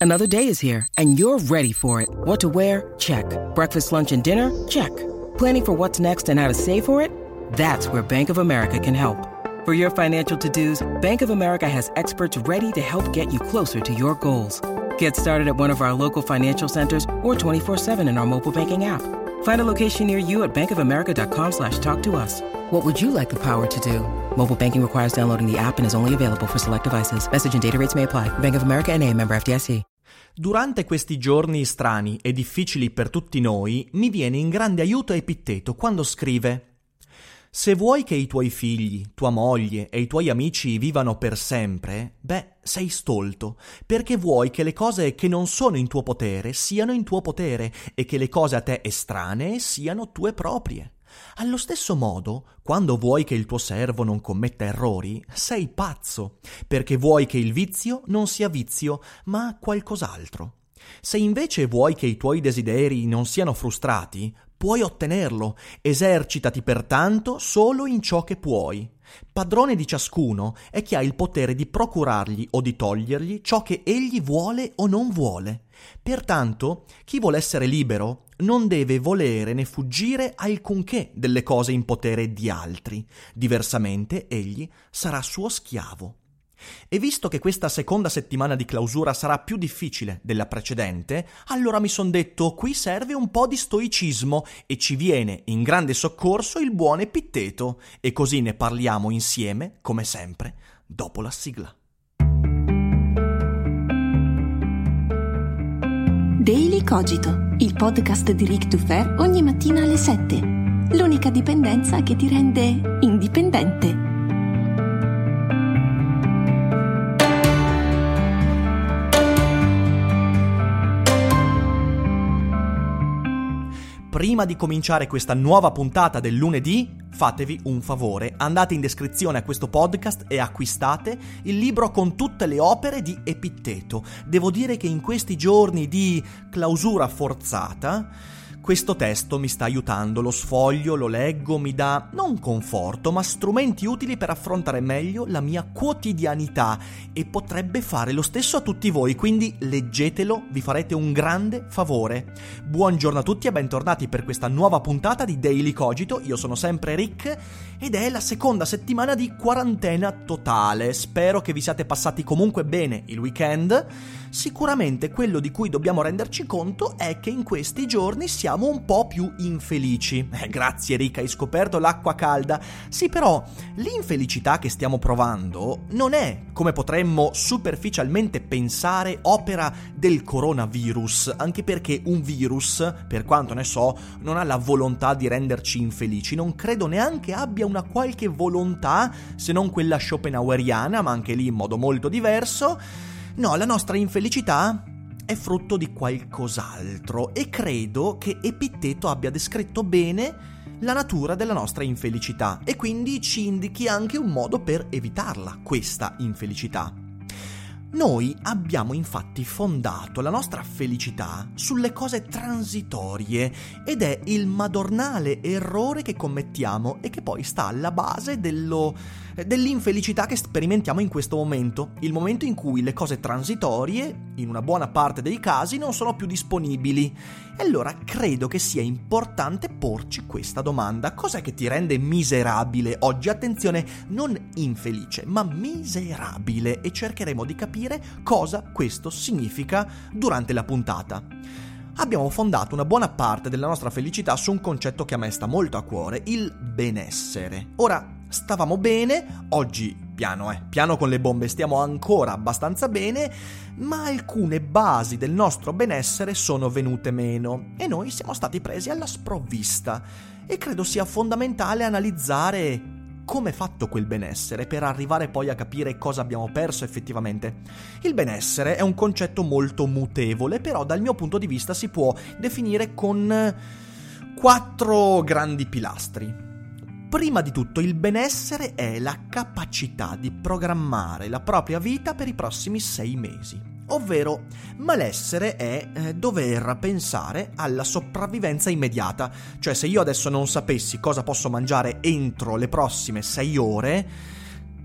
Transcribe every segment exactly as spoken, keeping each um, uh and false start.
Another day is here, and you're ready for it. What to wear? Check. Breakfast, lunch, and dinner? Check. Planning for what's next and how to save for it? That's where Bank of America can help. For your financial to-dos, Bank of America has experts ready to help get you closer to your goals. Get started at one of our local financial centers or twenty-four seven in our mobile banking app. Find a location near you at bankofamerica.com slash talk to us. What would you like the power to do? Mobile banking requires downloading the app and is only available for select devices. Message and data rates may apply. Bank of America N A, member F D I C. Durante questi giorni strani e difficili per tutti noi, mi viene in grande aiuto Epitteto quando scrive: se vuoi che i tuoi figli, tua moglie e i tuoi amici vivano per sempre, beh, sei stolto, perché vuoi che le cose che non sono in tuo potere siano in tuo potere e che le cose a te estranee siano tue proprie. Allo stesso modo, quando vuoi che il tuo servo non commetta errori, sei pazzo, perché vuoi che il vizio non sia vizio, ma qualcos'altro. Se invece vuoi che i tuoi desideri non siano frustrati, puoi ottenerlo, esercitati pertanto solo in ciò che puoi. Padrone di ciascuno è chi ha il potere di procurargli o di togliergli ciò che egli vuole o non vuole. Pertanto, chi vuole essere libero non deve volere né fuggire alcunché delle cose in potere di altri, diversamente egli sarà suo schiavo. E visto che questa seconda settimana di clausura sarà più difficile della precedente, allora mi son detto, qui serve un po' di stoicismo e ci viene in grande soccorso il buon Epitteto, e così ne parliamo insieme, come sempre, dopo la sigla. Daily Cogito, il podcast di Rick Dufer ogni mattina alle sette. L'unica dipendenza che ti rende indipendente. Prima di cominciare questa nuova puntata del lunedì, fatevi un favore, andate in descrizione a questo podcast e acquistate il libro con tutte le opere di Epitteto. Devo dire che in questi giorni di clausura forzata, questo testo mi sta aiutando, lo sfoglio, lo leggo, mi dà non conforto, ma strumenti utili per affrontare meglio la mia quotidianità e potrebbe fare lo stesso a tutti voi, quindi leggetelo, vi farete un grande favore. Buongiorno a tutti e bentornati per questa nuova puntata di Daily Cogito, io sono sempre Rick ed è la seconda settimana di quarantena totale. Spero che vi siate passati comunque bene il weekend. Sicuramente quello di cui dobbiamo renderci conto è che in questi giorni siamo un po' più infelici. Eh, grazie Rick, hai scoperto l'acqua calda. Sì, però l'infelicità che stiamo provando non è, come potremmo superficialmente pensare, opera del coronavirus, anche perché un virus, per quanto ne so, non ha la volontà di renderci infelici. Non credo neanche abbia una qualche volontà, se non quella schopenhaueriana, ma anche lì in modo molto diverso. No, la nostra infelicità è frutto di qualcos'altro e credo che Epitteto abbia descritto bene la natura della nostra infelicità e quindi ci indichi anche un modo per evitarla, questa infelicità. Noi abbiamo infatti fondato la nostra felicità sulle cose transitorie ed è il madornale errore che commettiamo e che poi sta alla base dello, dell'infelicità che sperimentiamo in questo momento, il momento in cui le cose transitorie, in una buona parte dei casi, non sono più disponibili. E allora credo che sia importante porci questa domanda: cos'è che ti rende miserabile oggi? Attenzione, non infelice, ma miserabile, e cercheremo di capire cosa questo significa durante la puntata. Abbiamo fondato una buona parte della nostra felicità su un concetto che a me sta molto a cuore, il benessere. Ora, stavamo bene, oggi piano, eh, piano con le bombe, stiamo ancora abbastanza bene, ma alcune basi del nostro benessere sono venute meno e noi siamo stati presi alla sprovvista. E credo sia fondamentale analizzare come è fatto quel benessere per arrivare poi a capire cosa abbiamo perso effettivamente. Il benessere è un concetto molto mutevole, però dal mio punto di vista si può definire con quattro grandi pilastri. Prima di tutto, il benessere è la capacità di programmare la propria vita per i prossimi sei mesi. Ovvero, malessere è eh, dover pensare alla sopravvivenza immediata. Cioè, se io adesso non sapessi cosa posso mangiare entro le prossime sei ore,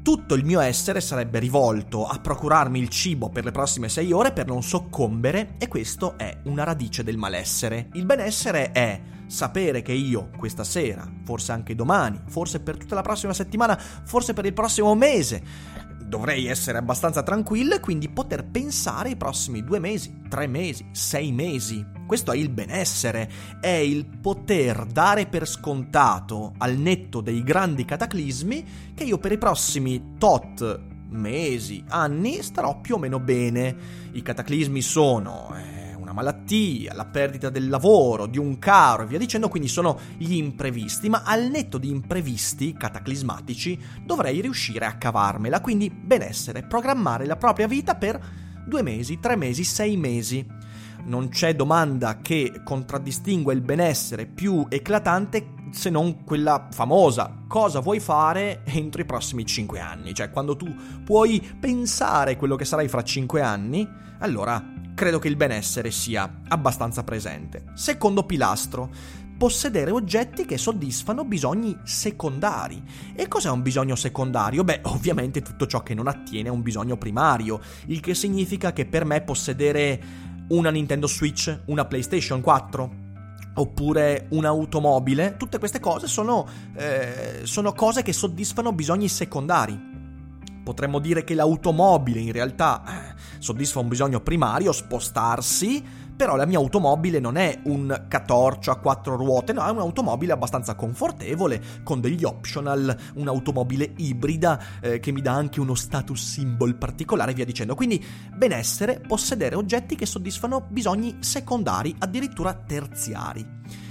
tutto il mio essere sarebbe rivolto a procurarmi il cibo per le prossime sei ore per non soccombere, e questo è una radice del malessere. Il benessere è sapere che io questa sera, forse anche domani, forse per tutta la prossima settimana, forse per il prossimo mese, dovrei essere abbastanza tranquillo e quindi poter pensare ai prossimi due mesi, tre mesi, sei mesi. Questo è il benessere, è il poter dare per scontato, al netto dei grandi cataclismi, che io per i prossimi tot mesi, anni, starò più o meno bene. I cataclismi sono eh, una malattia, la perdita del lavoro, di un caro e via dicendo, quindi sono gli imprevisti, ma al netto di imprevisti cataclismatici dovrei riuscire a cavarmela. Quindi benessere, programmare la propria vita per due mesi, tre mesi, sei mesi. Non c'è domanda che contraddistingue il benessere più eclatante se non quella famosa: cosa vuoi fare entro i prossimi cinque anni? Cioè, quando tu puoi pensare quello che sarai fra cinque anni, allora credo che il benessere sia abbastanza presente. Secondo pilastro: possedere oggetti che soddisfano bisogni secondari. E cos'è un bisogno secondario? Beh, ovviamente tutto ciò che non attiene a un bisogno primario, il che significa che per me possedere una Nintendo Switch, una PlayStation quattro, oppure un'automobile, tutte queste cose sono, eh, sono cose che soddisfano bisogni secondari. Potremmo dire che l'automobile in realtà eh, soddisfa un bisogno primario, spostarsi, però la mia automobile non è un catorcio a quattro ruote, no, è un'automobile abbastanza confortevole, con degli optional, un'automobile ibrida eh, che mi dà anche uno status symbol particolare, via dicendo. Quindi benessere, possedere oggetti che soddisfano bisogni secondari, addirittura terziari.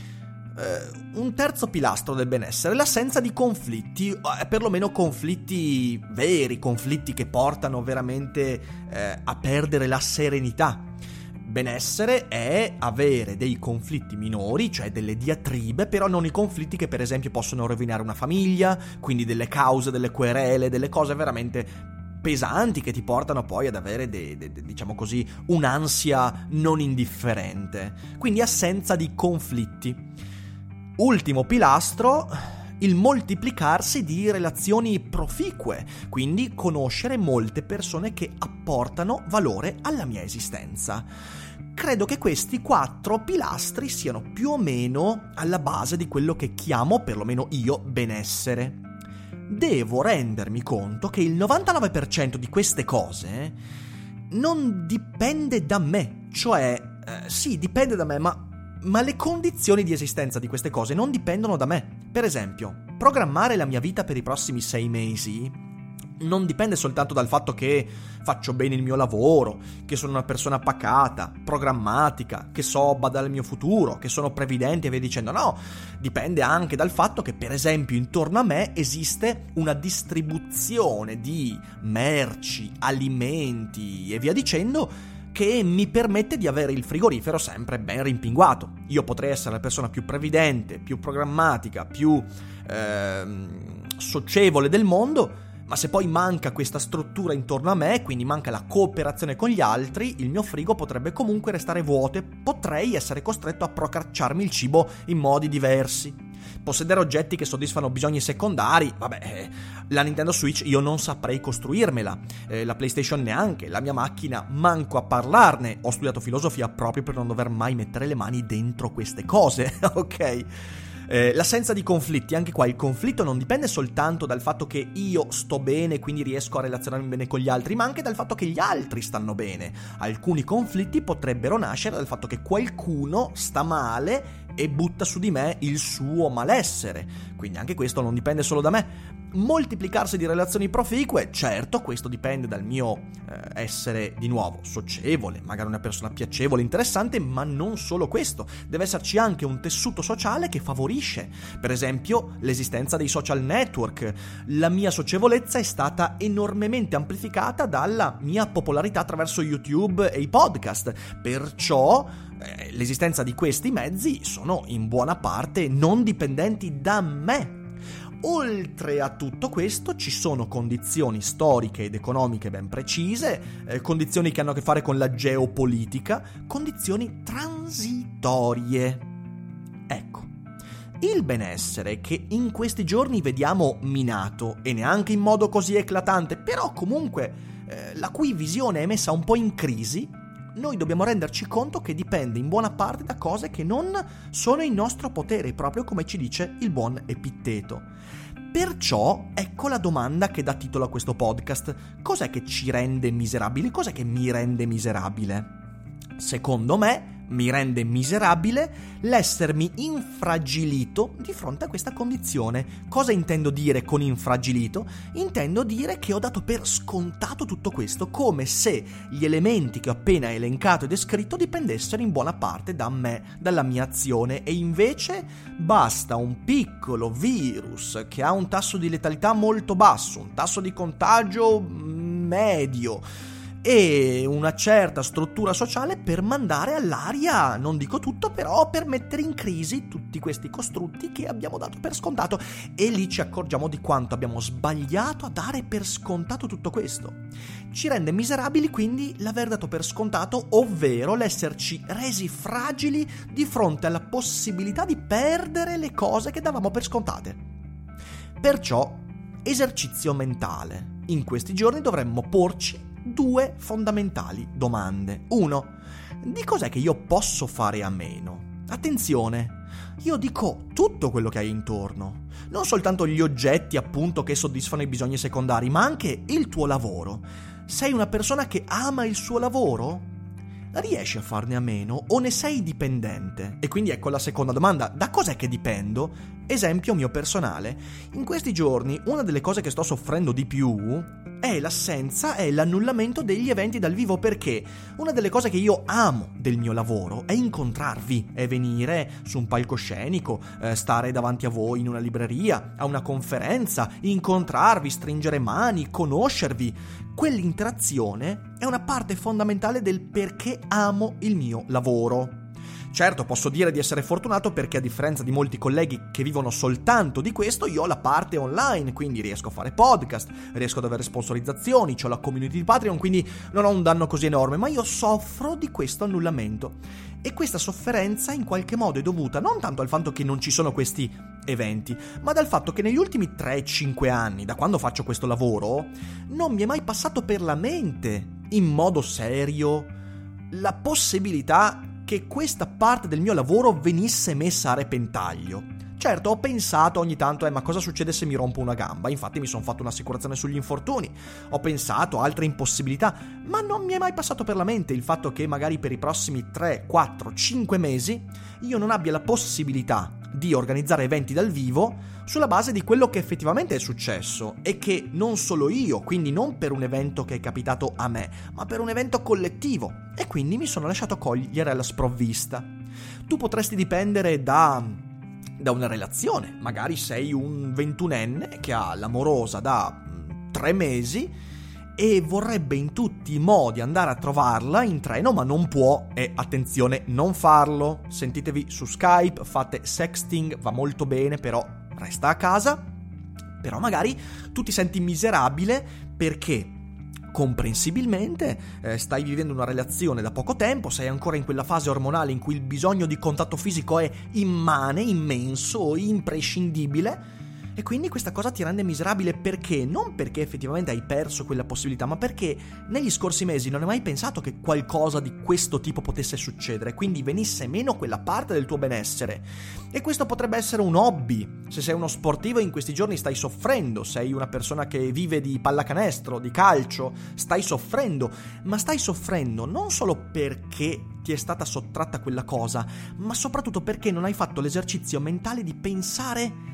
Uh, un terzo pilastro del benessere: l'assenza di conflitti, eh, perlomeno conflitti veri, conflitti che portano veramente eh, a perdere la serenità. Benessere è avere dei conflitti minori, cioè delle diatribe, però non i conflitti che per esempio possono rovinare una famiglia, quindi delle cause, delle querele, delle cose veramente pesanti che ti portano poi ad avere, de, de, de, diciamo così, un'ansia non indifferente. Quindi assenza di conflitti. Ultimo pilastro: il moltiplicarsi di relazioni proficue, quindi conoscere molte persone che apportano valore alla mia esistenza. Credo che questi quattro pilastri siano più o meno alla base di quello che chiamo, perlomeno io, benessere. Devo rendermi conto che il novantanove per cento di queste cose non dipende da me, cioè, eh, sì, dipende da me, ma Ma le condizioni di esistenza di queste cose non dipendono da me. Per esempio, programmare la mia vita per i prossimi sei mesi non dipende soltanto dal fatto che faccio bene il mio lavoro, che sono una persona pacata, programmatica, che so badare al mio futuro, che sono previdente e via dicendo. No, dipende anche dal fatto che, per esempio, intorno a me esiste una distribuzione di merci, alimenti e via dicendo che mi permette di avere il frigorifero sempre ben rimpinguato. Io potrei essere la persona più previdente, più programmatica, più eh, socievole del mondo, ma se poi manca questa struttura intorno a me, quindi manca la cooperazione con gli altri, il mio frigo potrebbe comunque restare vuoto e potrei essere costretto a procacciarmi il cibo in modi diversi. Possedere oggetti che soddisfano bisogni secondari, vabbè, la Nintendo Switch io non saprei costruirmela, eh, la PlayStation neanche, la mia macchina manco a parlarne. Ho studiato filosofia proprio per non dover mai mettere le mani dentro queste cose, ok? Eh, l'assenza di conflitti, anche qua il conflitto non dipende soltanto dal fatto che io sto bene, quindi riesco a relazionarmi bene con gli altri, ma anche dal fatto che gli altri stanno bene. Alcuni conflitti potrebbero nascere dal fatto che qualcuno sta male e butta su di me il suo malessere, quindi anche questo non dipende solo da me. Moltiplicarsi di relazioni proficue, certo, questo dipende dal mio eh, essere di nuovo socievole, magari una persona piacevole, interessante, ma non solo questo, deve esserci anche un tessuto sociale che favorisce, per esempio, l'esistenza dei social network. La mia socievolezza è stata enormemente amplificata dalla mia popolarità attraverso YouTube e i podcast, perciò eh, l'esistenza di questi mezzi sono in buona parte non dipendenti da me. Oltre a tutto questo ci sono condizioni storiche ed economiche ben precise, eh, condizioni che hanno a che fare con la geopolitica, condizioni transitorie. Ecco, il benessere che in questi giorni vediamo minato, e neanche in modo così eclatante, però comunque eh, la cui visione è messa un po' in crisi, noi dobbiamo renderci conto che dipende in buona parte da cose che non sono in nostro potere, proprio come ci dice il buon Epitteto. Perciò ecco la domanda che dà titolo a questo podcast: cos'è che ci rende miserabili? Cos'è che mi rende miserabile? Secondo me mi rende miserabile l'essermi infragilito di fronte a questa condizione. Cosa intendo dire con infragilito? Intendo dire che ho dato per scontato tutto questo, come se gli elementi che ho appena elencato e descritto dipendessero in buona parte da me, dalla mia azione, e invece basta un piccolo virus che ha un tasso di letalità molto basso, un tasso di contagio medio e una certa struttura sociale per mandare all'aria, non dico tutto, però per mettere in crisi tutti questi costrutti che abbiamo dato per scontato, e lì ci accorgiamo di quanto abbiamo sbagliato a dare per scontato tutto questo. Ci rende miserabili quindi l'aver dato per scontato, ovvero l'esserci resi fragili di fronte alla possibilità di perdere le cose che davamo per scontate. Perciò, esercizio mentale. In questi giorni dovremmo porci due fondamentali domande. Uno, di cos'è che io posso fare a meno? Attenzione, io dico tutto quello che hai intorno, non soltanto gli oggetti appunto che soddisfano i bisogni secondari, ma anche il tuo lavoro. Sei una persona che ama il suo lavoro? Riesci a farne a meno o ne sei dipendente? E quindi ecco la seconda domanda: da cos'è che dipendo? Esempio mio personale. In questi giorni una delle cose che sto soffrendo di più è l'assenza, è l'annullamento degli eventi dal vivo, perché una delle cose che io amo del mio lavoro è incontrarvi, è venire su un palcoscenico, eh, stare davanti a voi in una libreria, a una conferenza, incontrarvi, stringere mani, conoscervi. Quell'interazione è una parte fondamentale del perché amo il mio lavoro. Certo, posso dire di essere fortunato perché, a differenza di molti colleghi che vivono soltanto di questo, io ho la parte online, quindi riesco a fare podcast, riesco ad avere sponsorizzazioni, ho la community di Patreon, quindi non ho un danno così enorme, ma io soffro di questo annullamento. E questa sofferenza in qualche modo è dovuta non tanto al fatto che non ci sono questi eventi, ma dal fatto che negli ultimi tre cinque anni, da quando faccio questo lavoro, non mi è mai passato per la mente, in modo serio, la possibilità che questa parte del mio lavoro venisse messa a repentaglio. Certo, ho pensato ogni tanto, eh, ma cosa succede se mi rompo una gamba? Infatti mi sono fatto un'assicurazione sugli infortuni, ho pensato a altre impossibilità, ma non mi è mai passato per la mente il fatto che magari per i prossimi tre, quattro, cinque mesi io non abbia la possibilità di organizzare eventi dal vivo sulla base di quello che effettivamente è successo, e che non solo io, quindi non per un evento che è capitato a me, ma per un evento collettivo, e quindi mi sono lasciato cogliere alla sprovvista. Tu potresti dipendere da, da una relazione, magari sei un ventunenne che ha l'amorosa da tre mesi e vorrebbe in tutti i modi andare a trovarla in treno, ma non può, e attenzione, non farlo. Sentitevi su Skype, fate sexting, va molto bene, però resta a casa. Però magari tu ti senti miserabile perché comprensibilmente eh, stai vivendo una relazione da poco tempo, sei ancora in quella fase ormonale in cui il bisogno di contatto fisico è immane, immenso, imprescindibile. E quindi questa cosa ti rende miserabile perché? Non perché effettivamente hai perso quella possibilità, ma perché negli scorsi mesi non hai mai pensato che qualcosa di questo tipo potesse succedere, quindi venisse meno quella parte del tuo benessere. E questo potrebbe essere un hobby. Se sei uno sportivo in questi giorni stai soffrendo, sei una persona che vive di pallacanestro, di calcio, stai soffrendo, ma stai soffrendo non solo perché ti è stata sottratta quella cosa, ma soprattutto perché non hai fatto l'esercizio mentale di pensare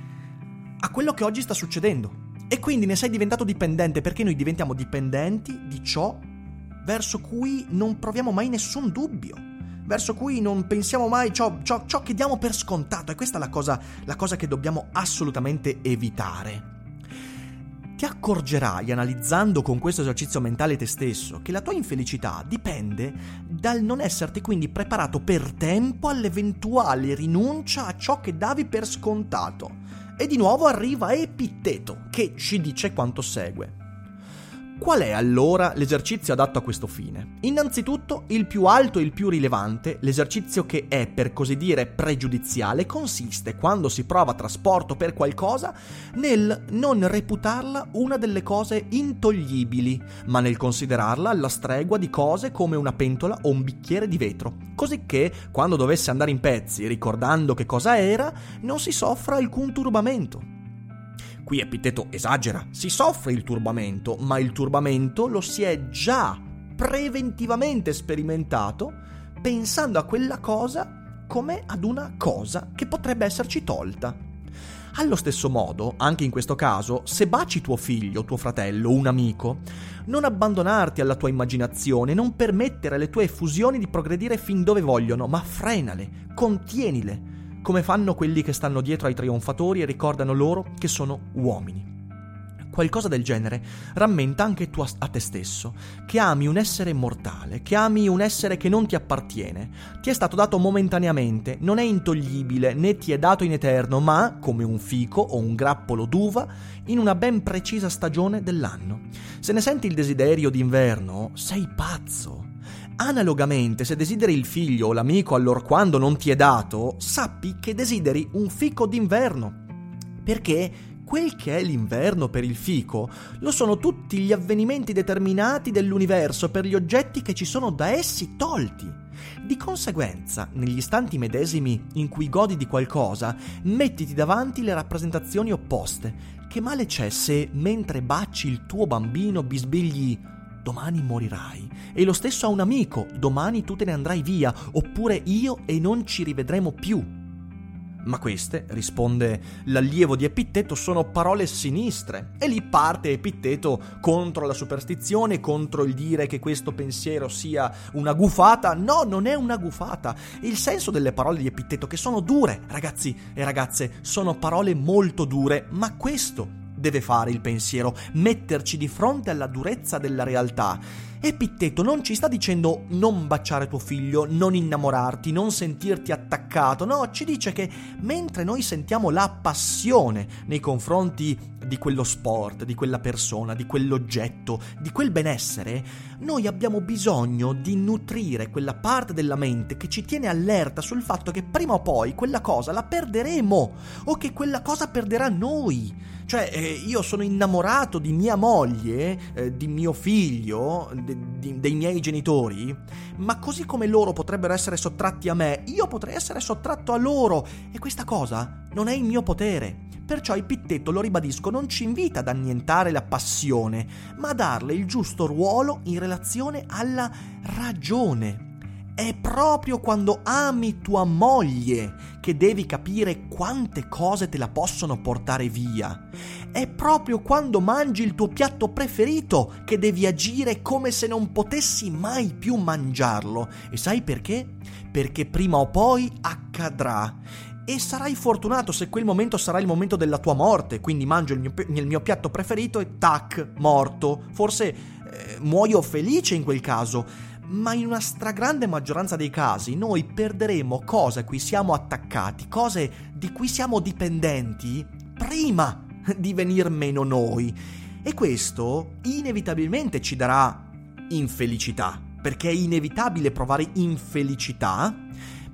a quello che oggi sta succedendo, e quindi ne sei diventato dipendente, perché noi diventiamo dipendenti di ciò verso cui non proviamo mai nessun dubbio, verso cui non pensiamo mai, ciò, ciò, ciò che diamo per scontato. E questa è la cosa, la cosa che dobbiamo assolutamente evitare. Ti accorgerai, analizzando con questo esercizio mentale te stesso, che la tua infelicità dipende dal non esserti quindi preparato per tempo all'eventuale rinuncia a ciò che davi per scontato. E di nuovo arriva Epitteto, che ci dice quanto segue: Qual è allora l'esercizio adatto a questo fine? Innanzitutto, il più alto e il più rilevante, l'esercizio che è per così dire pregiudiziale, consiste, quando si prova trasporto per qualcosa, nel non reputarla una delle cose intoglibili, ma nel considerarla alla stregua di cose come una pentola o un bicchiere di vetro, così che, quando dovesse andare in pezzi, ricordando che cosa era, non si soffra alcun turbamento. Qui Epitteto esagera, si soffre il turbamento, ma il turbamento lo si è già preventivamente sperimentato pensando a quella cosa come ad una cosa che potrebbe esserci tolta. Allo stesso modo, anche in questo caso, se baci tuo figlio, tuo fratello, un amico, non abbandonarti alla tua immaginazione, non permettere alle tue effusioni di progredire fin dove vogliono, ma frenale, contienile, come fanno quelli che stanno dietro ai trionfatori e ricordano loro che sono uomini. Qualcosa del genere rammenta anche tu a te stesso, che ami un essere mortale, che ami un essere che non ti appartiene, ti è stato dato momentaneamente, non è intoglibile né ti è dato in eterno, ma, come un fico o un grappolo d'uva, in una ben precisa stagione dell'anno. Se ne senti il desiderio d'inverno, sei pazzo. Analogamente, se desideri il figlio o l'amico allorquando non ti è dato, sappi che desideri un fico d'inverno, perché quel che è l'inverno per il fico lo sono tutti gli avvenimenti determinati dell'universo per gli oggetti che ci sono da essi tolti. Di conseguenza, negli istanti medesimi in cui godi di qualcosa, mettiti davanti le rappresentazioni opposte. Che male c'è se, mentre baci il tuo bambino, bisbigli «domani morirai», e lo stesso a un amico «domani tu te ne andrai via», oppure «io e non ci rivedremo più». Ma queste, risponde l'allievo di Epitteto, sono parole sinistre, e lì parte Epitteto contro la superstizione, contro il dire che questo pensiero sia una gufata. No, non è una gufata. Il senso delle parole di Epitteto, che sono dure, ragazzi e ragazze, sono parole molto dure, ma questo deve fare il pensiero, metterci di fronte alla durezza della realtà. Epitteto non ci sta dicendo non baciare tuo figlio, non innamorarti, non sentirti attaccato, no, ci dice che mentre noi sentiamo la passione nei confronti di quello sport, di quella persona, di quell'oggetto, di quel benessere, noi abbiamo bisogno di nutrire quella parte della mente che ci tiene allerta sul fatto che prima o poi quella cosa la perderemo, o che quella cosa perderà noi. Cioè, eh, io sono innamorato di mia moglie, eh, di mio figlio, de, di, dei miei genitori, ma così come loro potrebbero essere sottratti a me, io potrei essere sottratto a loro, e questa cosa non è in mio potere. Perciò Epitteto, lo ribadisco, non ci invita ad annientare la passione, ma a darle il giusto ruolo in relazione alla ragione. È proprio quando ami tua moglie che devi capire quante cose te la possono portare via. È proprio quando mangi il tuo piatto preferito che devi agire come se non potessi mai più mangiarlo. E sai perché? Perché prima o poi accadrà. E sarai fortunato se quel momento sarà il momento della tua morte, quindi mangio il mio, il mio piatto preferito e tac, morto. Forse eh, muoio felice in quel caso, ma in una stragrande maggioranza dei casi noi perderemo cose a cui siamo attaccati, cose di cui siamo dipendenti, prima di venir meno noi. E questo inevitabilmente ci darà infelicità, perché è inevitabile provare infelicità,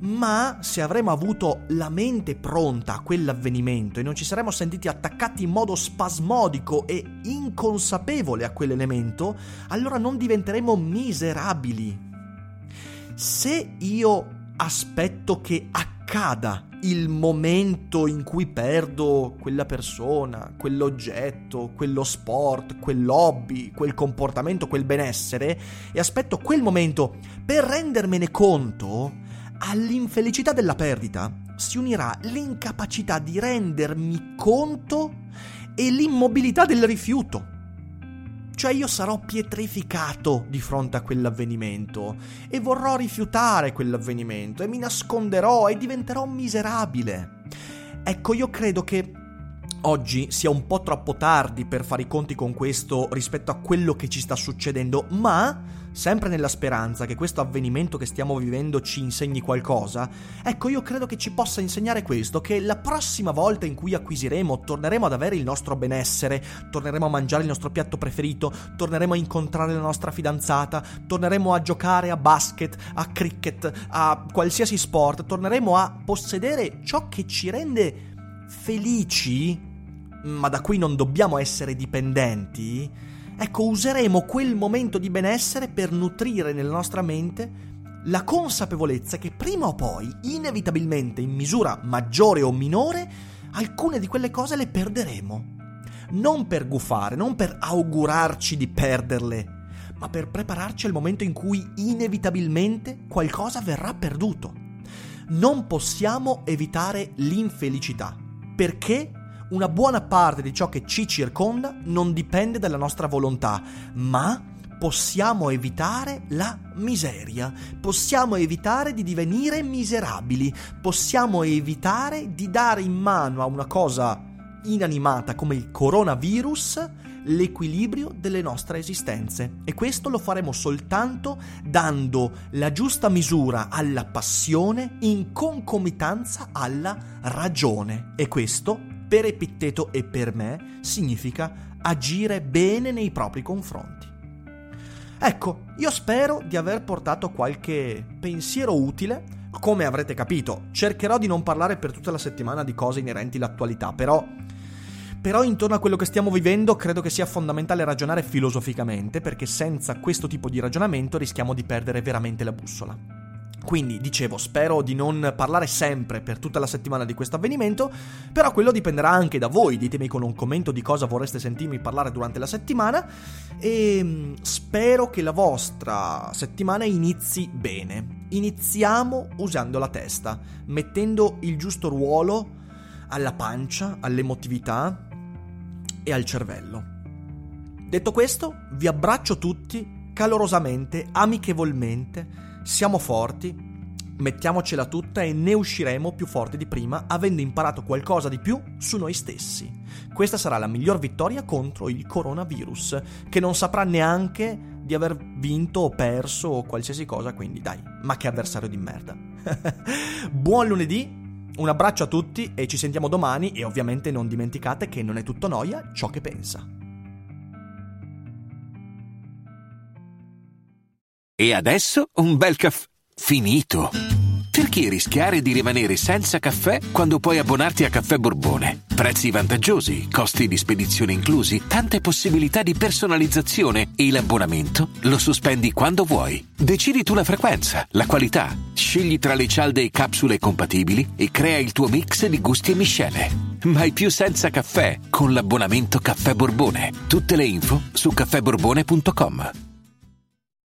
ma se avremo avuto la mente pronta a quell'avvenimento e non ci saremo sentiti attaccati in modo spasmodico e inconsapevole a quell'elemento, allora non diventeremo miserabili. Se io aspetto che accada il momento in cui perdo quella persona, quell'oggetto, quello sport, quell'hobby, quel comportamento, quel benessere, e aspetto quel momento per rendermene conto, all'infelicità della perdita si unirà l'incapacità di rendermi conto e l'immobilità del rifiuto. Cioè io sarò pietrificato di fronte a quell'avvenimento e vorrò rifiutare quell'avvenimento e mi nasconderò e diventerò miserabile. Ecco, io credo che oggi sia un po' troppo tardi per fare i conti con questo rispetto a quello che ci sta succedendo, ma sempre nella speranza che questo avvenimento che stiamo vivendo ci insegni qualcosa, ecco, io credo che ci possa insegnare questo, che la prossima volta in cui acquisiremo, torneremo ad avere il nostro benessere, torneremo a mangiare il nostro piatto preferito, torneremo a incontrare la nostra fidanzata, torneremo a giocare a basket, a cricket, a qualsiasi sport, torneremo a possedere ciò che ci rende felici, ma da cui non dobbiamo essere dipendenti. Ecco, useremo quel momento di benessere per nutrire nella nostra mente la consapevolezza che prima o poi, inevitabilmente, in misura maggiore o minore, alcune di quelle cose le perderemo. Non per gufare, non per augurarci di perderle, ma per prepararci al momento in cui inevitabilmente qualcosa verrà perduto. Non possiamo evitare l'infelicità, perché una buona parte di ciò che ci circonda non dipende dalla nostra volontà, ma possiamo evitare la miseria, possiamo evitare di divenire miserabili, possiamo evitare di dare in mano a una cosa inanimata come il coronavirus l'equilibrio delle nostre esistenze, e questo lo faremo soltanto dando la giusta misura alla passione in concomitanza alla ragione, e questo per Epitteto e per me significa agire bene nei propri confronti. Ecco, io spero di aver portato qualche pensiero utile. Come avrete capito, cercherò di non parlare per tutta la settimana di cose inerenti all'attualità, però Però intorno a quello che stiamo vivendo credo che sia fondamentale ragionare filosoficamente, perché senza questo tipo di ragionamento rischiamo di perdere veramente la bussola. Quindi, dicevo, spero di non parlare sempre per tutta la settimana di questo avvenimento, però quello dipenderà anche da voi. Ditemi con un commento di cosa vorreste sentirmi parlare durante la settimana, e spero che la vostra settimana inizi bene. Iniziamo usando la testa, mettendo il giusto ruolo alla pancia, all'emotività e al cervello. Detto questo, vi abbraccio tutti calorosamente, amichevolmente. Siamo forti, mettiamocela tutta e ne usciremo più forti di prima, avendo imparato qualcosa di più su noi stessi. Questa sarà la miglior vittoria contro il coronavirus, che non saprà neanche di aver vinto o perso o qualsiasi cosa, quindi dai, ma che avversario di merda. Buon lunedì! Un abbraccio a tutti e ci sentiamo domani, e ovviamente non dimenticate che non è tutto noia ciò che pensa. E adesso un bel caffè finito. Perché rischiare di rimanere senza caffè quando puoi abbonarti a Caffè Borbone? Prezzi vantaggiosi, costi di spedizione inclusi, tante possibilità di personalizzazione, e l'abbonamento lo sospendi quando vuoi. Decidi tu la frequenza, la qualità, scegli tra le cialde e capsule compatibili e crea il tuo mix di gusti e miscele. Mai più senza caffè con l'abbonamento Caffè Borbone. Tutte le info su caffè borbone punto com.